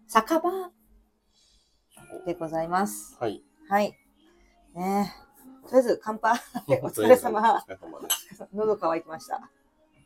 酒場でございます。 はい。 はい。ねえ。とりあえず乾杯。お疲れ様。 お疲れ様です。 喉乾いてました。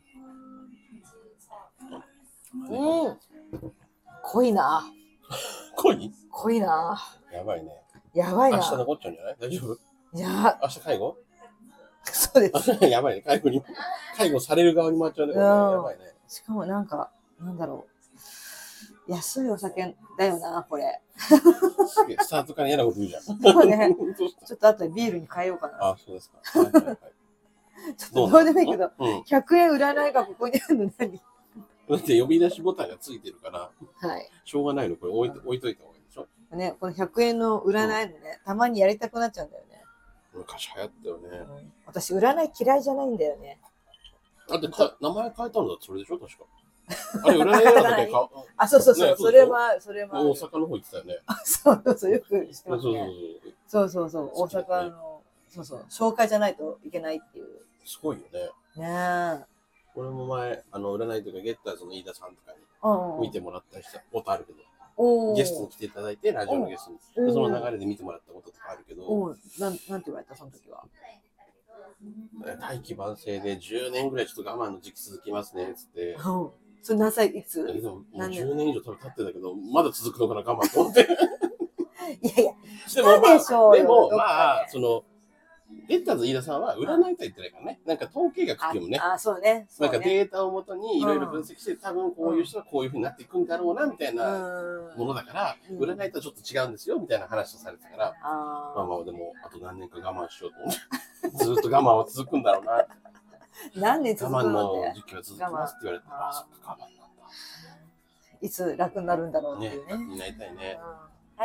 濃いな。 濃い？ 濃いな。 やばいね。 やばいな。 明日残っちゃうんじゃない？大丈夫？ いや。 明日介護？ そうです。 やばいね。介護される側に回っちゃうね。やばいね。 しかもなんか、なんだろう。安いお酒だよな、これ。 すげえ、スタートから嫌なこと言うじゃん。 そうね。ちょっと後でビールに変えようかな。 あ、そうですか。はいはいはい、 ちょっとどうでもいいけど、100円売らないがここにあるの何？ だって呼び出しボタンがついてるから、 はい。 しょうがないの、これ置いといた方がいいでしょ。 ね、この100円の占いのね、たまにやりたくなっちゃうんだよね。 昔流行ったよね。 私、占い嫌いじゃないんだよね。 だって名前変えたのだってそれでしょ、確か。あれ、占いだったっけ？ あ、そうそうそう。それは。 大阪の方行ってたよね。 そうそう、よく知ってますね。そう。大阪の、紹介じゃないといけないっていう。 すごいよね。 ねえ。 俺も前、占いとかゲッターズの飯田さんとかに見てもらったことあるけど、ゲストに来ていただいて、ラジオのゲストに。その流れで見てもらったこととかあるけど、 なんて言われた、その時は。 大器晩成で10年ぐらいちょっと我慢の時期続きますね、つって。 それ何歳いつ ？10年以上多分経ってたけど、まだ続くのかな、我慢と思って。 いやいや、でも、まあ、ゲッターズ飯田さんは占いとは言ってないからね。なんか統計学っていうもね。 あ、そうね。 なんかデータをもとにいろいろ分析して、多分こういう人はこういうふうになっていくんだろうな、みたいなものだから、占いとはちょっと違うんですよ、みたいな話をされてたから、まあまあでも、あと何年か我慢しようと思って、ずっと我慢は続くんだろうな。 何年続くの？ 我慢の時期は続きますって言われて、あ、そっか、我慢なんだ。 いつ楽になるんだろうっていうね。 楽になりたいね。 はい。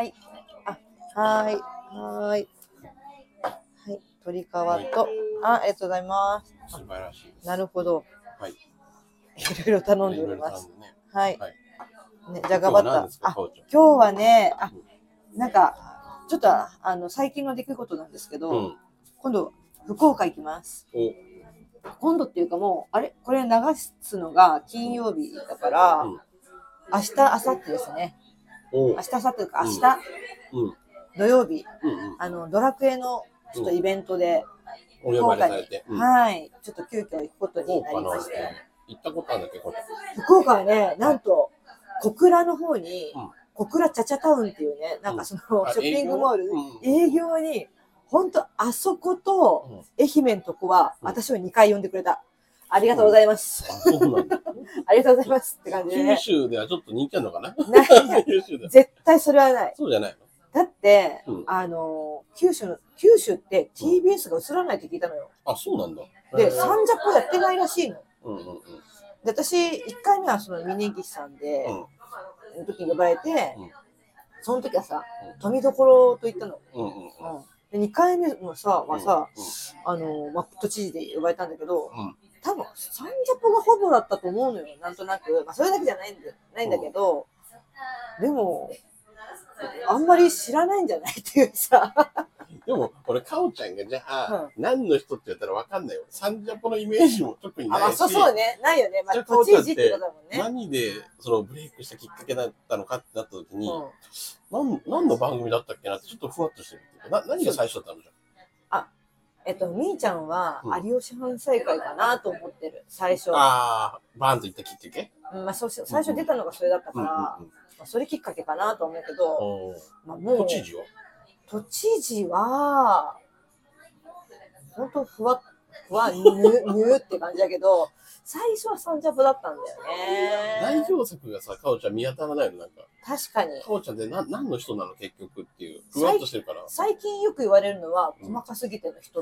はい。鶏皮と、ありがとうございます。 素晴らしい。 なるほど。 はい。 いろいろ頼んでおります。はい。ね、じゃがバター。今日はね、なんか、ちょっと最近の出来事なんですけど、今度、福岡行きます。今度っていうかもう、これ流すのが金曜日だから、明日、明後日ですね。明日、明後日か、明日、土曜日、ドラクエのちょっとイベントで、 福岡に、 はい、ちょっと急遽行くことになりまして。 行ったことあるんだっけ、これ。 福岡はね、なんと、小倉の方に、小倉チャチャタウンっていうね、なんかそのショッピングモール、営業に、本当あそこと愛媛のとこは、私を2回呼んでくれた。ありがとうございます。 そうなんだ。 ありがとうございますって感じで。 九州ではちょっと人気あるのかな？ 絶対それはない。 そうじゃないの？ だって、九州って TBS が映らないって聞いたのよ。 あ、そうなんだ。 で、サンジャポやってないらしいの。で、私、1回目はその峯岸さんで、その時に呼ばれて、その時はさ、富所と言ったの。で、2回目のさ、都知事で呼ばれたんだけど、多分、サンジャポがほぼだったと思うのよ、なんとなく。まあ、それだけじゃないんだけど、でも、あんまり知らないんじゃないっていうさ。 でも、俺、かおちゃんがじゃあ、何の人って言ったら分かんないよ。サンジャポのイメージも特にないし。 そうね。ないよね。まあ、都知事ってことだもんね。 何で、ブレイクしたきっかけだったのかってなった時に、何の番組だったっけなってちょっとふわっとしてるっていうか、何が最初だったのじゃん。 みーちゃんは、有吉反省会かなと思ってる、最初。 バーンといったきっかけ？ まあ、最初出たのがそれだったから、それきっかけかなと思うけど、もう、都知事は、本当ふわニューって感じだけど、最初はサンジャポだったんだよね。 代表作がさ、かおちゃん見当たらないのなんか。 確かに。 かおちゃんって何の人なの結局っていう。ふわっとしてるから。 最近よく言われるのは、細かすぎての人って、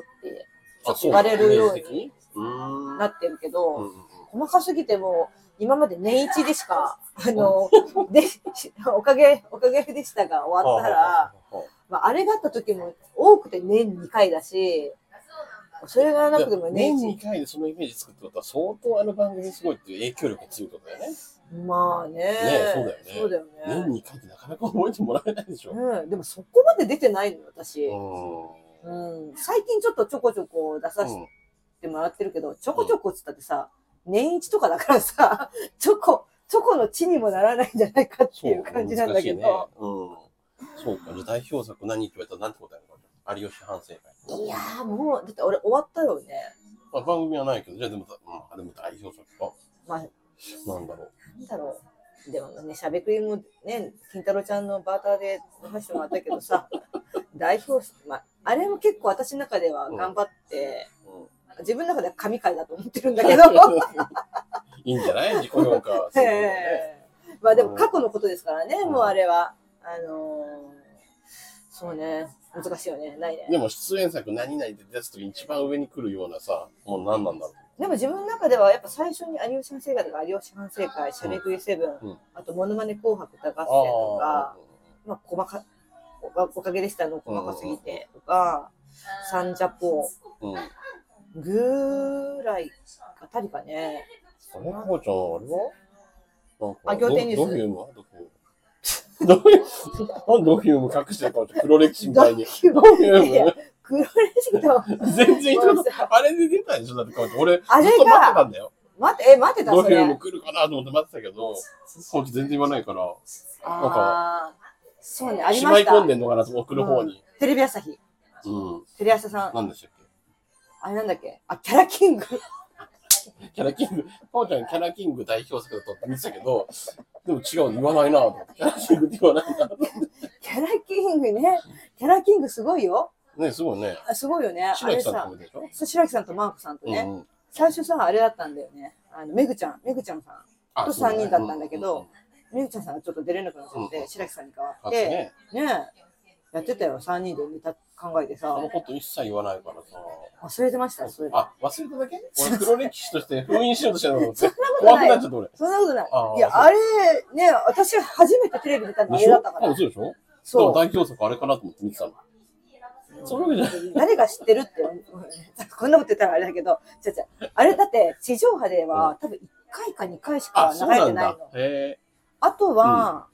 言われるようになってるけど、細かすぎても、今まで年一でしか、おかげでしたが終わったら、あれがあった時も多くて年2回だし、それがなくても年2回でそのイメージ作ってことは相当あの番組すごいっていう影響力が強いことだよね。 まあね。そうだよね。 年2回ってなかなか覚えてもらえないでしょ。 でもそこまで出てないのよ、私。最近ちょっとちょこちょこ出させてもらってるけど、ちょこちょこっつったってさ、年一とかだからさ、ちょこチョコの地にもならないんじゃないかっていう感じなんだけど。 そうか、じゃあ代表作何って言われたら何て答えるのか。有吉反省会。 いやーもう、だって俺終わったよね。 まあ、番組はないけど、じゃあでも、でも代表作か。 まあ、 なんだろう。でもね、しゃべくりもね、金太郎ちゃんのバーターで出させてもらったけどさ、代表、まあ、あれも結構私の中では頑張って、自分の中では神回だと思ってるんだけど。 いいんじゃない自己評価は。 まあでも過去のことですからね、もうあれは。そうね、難しいよね、ないね。 でも出演作何々で出すとき一番上に来るようなさ、もう何なんだろう。 でも自分の中ではやっぱ最初に有吉反省会とか有吉反省会、しゃべくり7、あとモノマネ紅白歌合戦とか、まあおかげでしたの細かすぎてとか、サンジャポぐらいあたりかね。 こうちゃん、あれは仰天ニュース。 ドフュームはドフューム隠してるかもしれない。黒歴史みたいに。 ドフューム黒歴史と。 全然あれで出たでしょだって俺、ずっとあれが待ってたんだよ。 待ってたドフューム来るかなと思って待ってたけど、こっち全然言わないから、なんか、 そうね、ありました。 しまい込んでんのかなと送る方に。 テレビ朝日。テレ朝さん。 何でしたっけあれなんだっけキャラキング。 キャラキング、こうちゃんキャラキング代表作だとって見てたけど、でも違う、言わないなぁ。キャラキングって言わないなぁ。 キャラキングね。キャラキングすごいよ。 ね、すごいね。 すごいよね。 白木さんとでしょ？ 白木さんとマークさんとね。最初さ、あれだったんだよね。めぐちゃんさんと3人だったんだけど、めぐちゃんさんがちょっと出れなくなっちゃって、白木さんに代わって、ね、やってたよ。3人でネタ考えてさ。 あのこと一切言わないからさ。 忘れてました、それ。 あ、忘れただけ？俺黒歴史として封印しようとしてたの怖くなっちゃった俺。 そんなことない。いや、あれ、ね、私初めてテレビ出たの家だったから。 そうでしょ？そう。代表作あれかなと思って見てたの。そういうわけじゃない。 誰が知ってるって、こんなこと言ったらあれだけど、あれだって地上波では多分1回か2回しか流れてないの。あとは、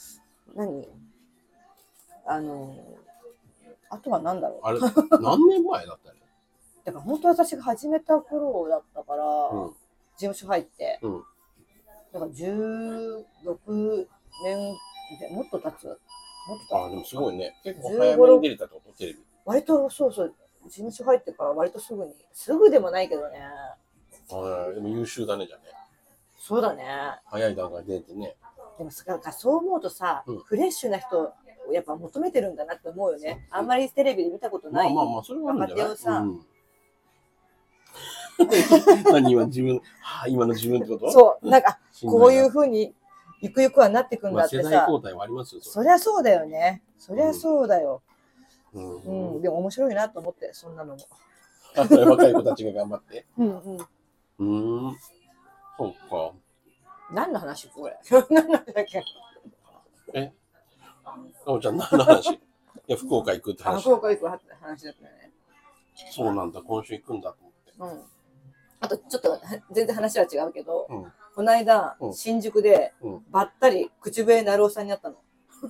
あとは何だろう。 あれ、何年前だったの？ だから本当私が始めた頃だったから、事務所入って、だから16年、もっと経つ。 あ、でもすごいね。結構早めに出れたってことテレビ。 割とそう、事務所入ってから割とすぐでもないけどね。 でも優秀だね、じゃね。 そうだね。 早い段階で出てね。 でもそう思うとさ、フレッシュな人をやっぱ求めてるんだなって思うよね。あんまりテレビで見たことない。 まあ、それはあるんじゃない？ 若手をさ。 今の自分ってこと？ そう、なんか、こういう風にゆくゆくはなってくんだってさ。 世代交代はありますよ。 そりゃそうだよね。そりゃそうだよ。でも面白いなと思って、そんなのも。 若い子たちが頑張って。そうか。 何の話これ？何の話だっけ？ じゃあ何の話？いや、福岡行くって話。 福岡行く話だったよね。 そうなんだ、今週行くんだと思って。 あと、ちょっと全然話は違うけど、この間、新宿でばったり口笛なるおさんに会ったの。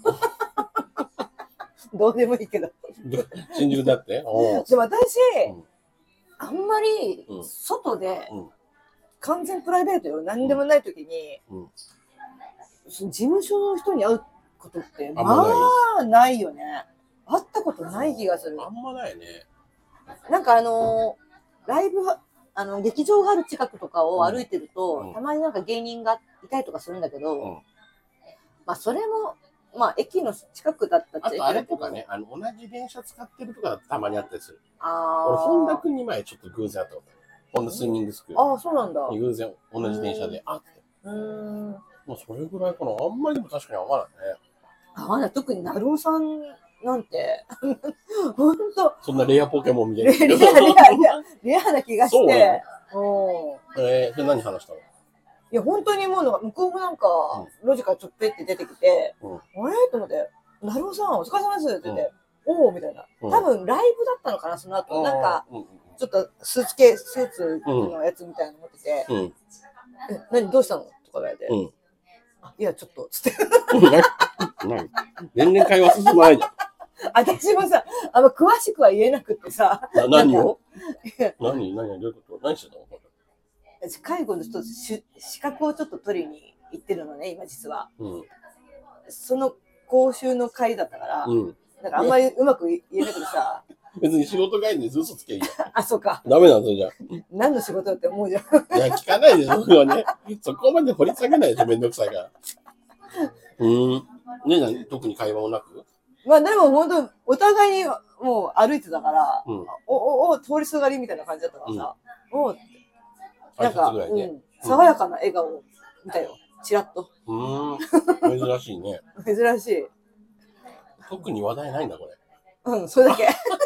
どうでもいいけど。 新宿だって？でも私、あんまり外で、完全プライベートよ。何でもない時に、事務所の人に会うことって、まあ、ないよね。会ったことない気がする。 あんまないね。 なんかライブ、劇場がある近くとかを歩いてると、たまになんか芸人がいたりとかするんだけど、まあ、それも、まあ、駅の近くだったっちゃいけない。 あとあれとかね、同じ電車使ってるとかだとたまにあったりする。俺、本田君に前ちょっと偶然会ったことある。本田スイミングスクール。 ああ、そうなんだ。 偶然同じ電車で会って。もうそれぐらいかな。あんまりでも確かに合わないね。 合わない。特になるおさんなんて、ほんと。 そんなレアポケモンみたいな。 レアな気がして。 それ何話したの？ いや、本当にもう、向こうもなんか、路地からちょっとって出てきて、あれと思って、なるおさん、お疲れ様ですって言って、おおみたいな。多分、ライブだったのかな、その後。なんか、ちょっとスーツのやつみたいなの持ってて、何、どうしたのとか言われて、いや、ちょっと、つって。 何？全然会話進まないじゃん。 私もさ、詳しくは言えなくってさ。 何を？どういうこと？何してたの？ 介護の一つ資格をちょっと取りに行ってるのね、今実は。 うん。 その講習の帰りだったから、 うん。 なんかあんまりうまく言えなくてさ。 別に仕事帰りに嘘つけいいよ。 あ、そうか。 ダメなんですよ、じゃあ。 何の仕事って思うじゃん。 いや、聞かないでしょ、それはね。そこまで掘り下げないでしょ、めんどくさいから。ね、特に会話もなく。 まあでも本当、お互いにもう歩いてたから、 うん、 通りすがりみたいな感じだったからさ、なんか、爽やかな笑顔見たよ、ちらっと。 珍しいね。 珍しい。 特に話題ないんだ、これ。 うん、それだけ。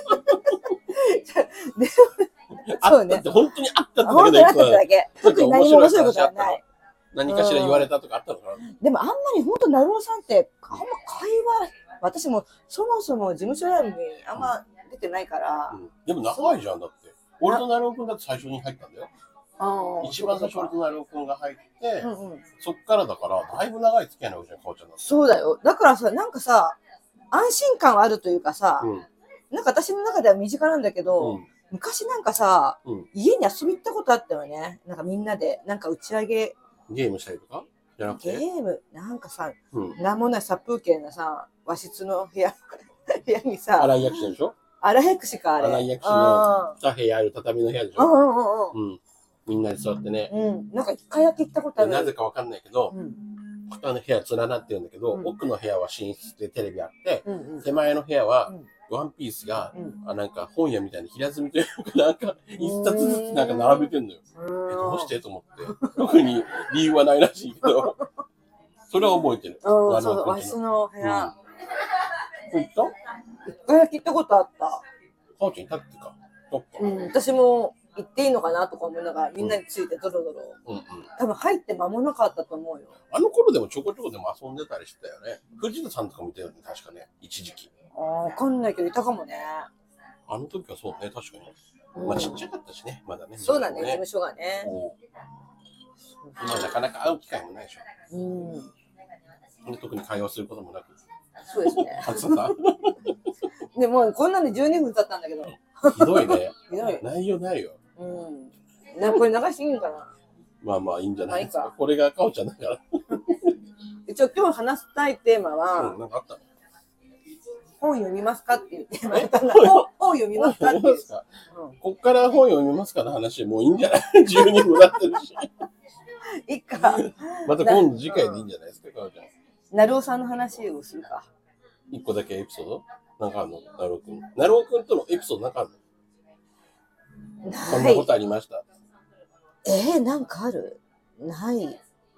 そうね。 本当にあった本当にあっただけ。特に何も面白いことはない。 何かしら言われたとかあったのかな。 でもあんまり本当、なるおさんって、あんま会話、私もそもそも事務所ライブにあんま出てないから。 でも長いじゃん、だって。俺となるおくんだって最初に入ったんだよ。一番最初俺となるおくんが入って、そっからだから、だいぶ長い付き合いなわけじゃん、かおちゃんだって。 そうだよ。だからさ、なんかさ、安心感はあるというかさ、なんか私の中では身近なんだけど、昔なんかさ、家に遊び行ったことあったよね。なんかみんなで、なんか打ち上げ。 ゲームしたりとかじゃなくて？ ゲーム、なんかさ、なんもない殺風景なさ、和室の部屋にさ、 新井薬師でしょ？ 新井薬師か、あれ。 新井薬師の2部屋ある畳の部屋でしょ？みんなで座ってね。 なんか一回だけ行ったことある。 なぜかわかんないけど、他の部屋連なってるんだけど、奥の部屋は寝室でテレビあって、手前の部屋は、ワンピースが、なんか本屋みたいに平積みというか、なんか一冊ずつなんか並べてんのよ。どうしてと思って。特に理由はないらしいけど、それは覚えてる。 そう、和室の部屋。 行った？ 一回だけ行ったことあった。 かおちゃんいたっけか？ 私も行っていいのかなとか思いながら、みんなについてドロドロ。多分入って間もなかったと思うよ。 あの頃でもちょこちょこでも遊んでたりしてたよね。藤田さんとかもいたよね、確かね。一時期。 わかんないけど、いたかもね。 あの時はそうね、確かに。まあちっちゃかったしね、まだね。 そうだね、事務所がね。 今なかなか会う機会もないでしょ。特に会話することもなく。 そうですね。でもこんなんで12分経ったんだけど。 ひどいね。 ひどい。 内容ないよ。 これ流していいんかな。 まあまあいいんじゃないですか。これがかおちゃんだから。 一応今日話したいテーマは、 なんかあったの？ 本読みますかっていうテーマだったんだ。本読みますかっていう。 こっから本読みますかの話もういいんじゃない？ 12 分なってるし。 いいか。 また今度次回でいいんじゃないですか、かおちゃん。 なるおさんの話をするか。 一個だけエピソードなんかあるの？なるおくん。なるおくんとのエピソードなんかあるの？そんなことありました。 なんかある？ない。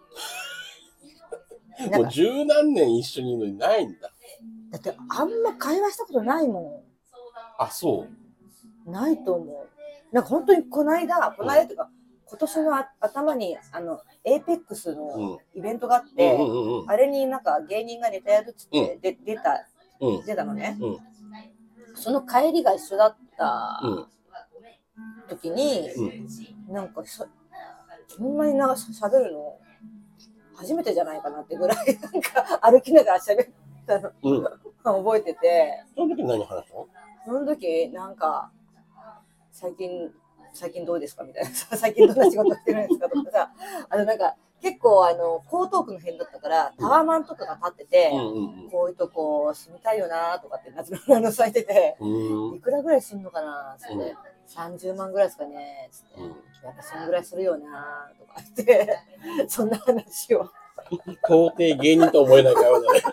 もう十何年一緒にいるのにないんだ。 だってあんま会話したことないもん。 あ、そう。 ないと思う。なんか本当にこの間というか、今年の頭にエイペックスのイベントがあって、あれになんか芸人がネタやるっつって出たのね。その帰りが一緒だった時に、なんかそんなに喋るの初めてじゃないかなってぐらいなんか歩きながら喋ったの、覚えてて。 その時何話したの？ その時なんか最近どうですかみたいな最近どんな仕事してるんですかとかさ、なんか結構江東区の辺だったからタワマンとかが建ってて、こういうとこ住みたいよなとかって夏の咲いてて、いくらぐらいすんのかなって、30万ぐらいですかねつって、やっぱそんぐらいするよなとかってそんな話を到底芸人と思えない会話だね。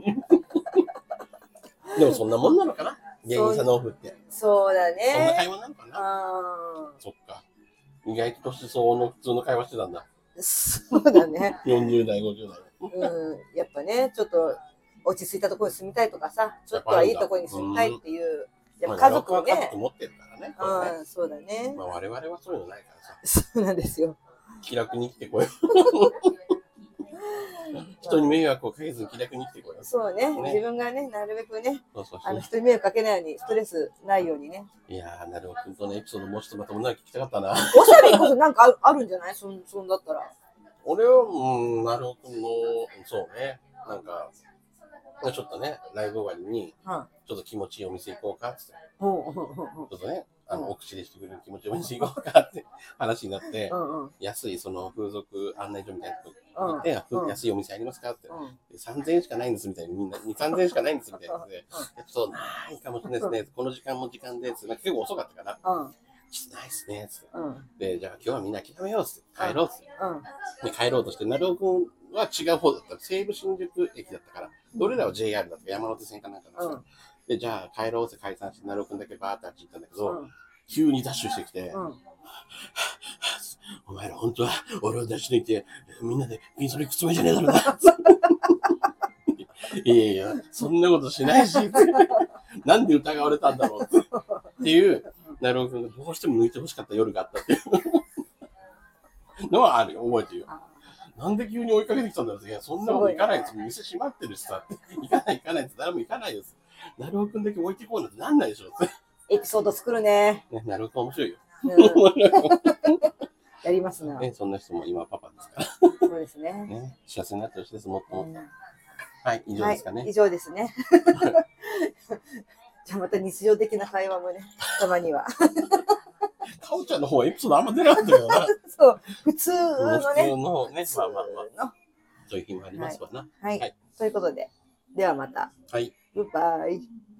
でもそんなもんなのかな、芸人さんのオフって。 そうだね。 そんな会話なのかな。そっか。意外と年相応の普通の会話してたんだ。 そうだね。 40代、50代。 やっぱね、ちょっと落ち着いたところに住みたいとかさ、ちょっとはいいところに住みたいっていう、やっぱ家族ね。 家族持ってるからね。 そうだね。 まあ我々はそういうのないからさ。 そうなんですよ。 気楽に生きてこよう。人に迷惑をかけずに気楽に生きてこよう。 そうね。自分がね、なるべくね、人に迷惑かけないように、ストレスないようにね。 いやー、なるおくんとのエピソードもうちょっとまたも長く聞きたかったな。 おしゃべりこそなんかあるんじゃない？そんだったら。 俺は、なるおくんの、そうね、なんか、ちょっとね、ライブ終わりに、ちょっと気持ちいいお店行こうかって。ちょっとね、 お口でしてくれる気持ちを見せていこうかって話になって、安いその風俗案内所みたいなとこ行って、安いお店ありますかって、3000円しかないんですみたいに、みんな2、3000円しかないんですみたいなで、ちょっとないかもしれないですね。この時間も時間で、結構遅かったから、ちょっとないっすね。で、じゃあ今日はみんな諦めようっつって、帰ろうっつって。で、帰ろうとして、成尾君は違う方だった。西武新宿駅だったから、俺らは JR だった。山手線かなんかなんですよ。で、じゃあ帰ろうって解散して、成尾君だけバーってあっち行ったんだけど、急にダッシュしてきて、お前ら本当は俺を出し抜いて、みんなでピンそれくつめじゃねえだろな。いやいや、そんなことしないし、なんで疑われたんだろうっていう、成尾君がどうしても抜いてほしかった夜があったっていうのはあるよ、覚えてるよ。なんで急に追いかけてきたんだろう。いや、そんなこと行かないです。店閉まってるしさ。行かないって誰も行かないです。成尾君だけ置いてこうなんてなんないでしょ。 エピソード作るね。 成尾君面白いよ。 やりますね。 そんな人も今パパですから。 そうですね。 幸せになってほしいです、もっと。はい、以上ですかね。 以上ですね。じゃあまた日常的な会話もね、たまには。 かおちゃんの方はエピソードあんま出なかったよな。 そう、普通のね。 普通のね、まあ。そういう日もありますわな。 はい。ということで、ではまた。 はい。 グッバイ。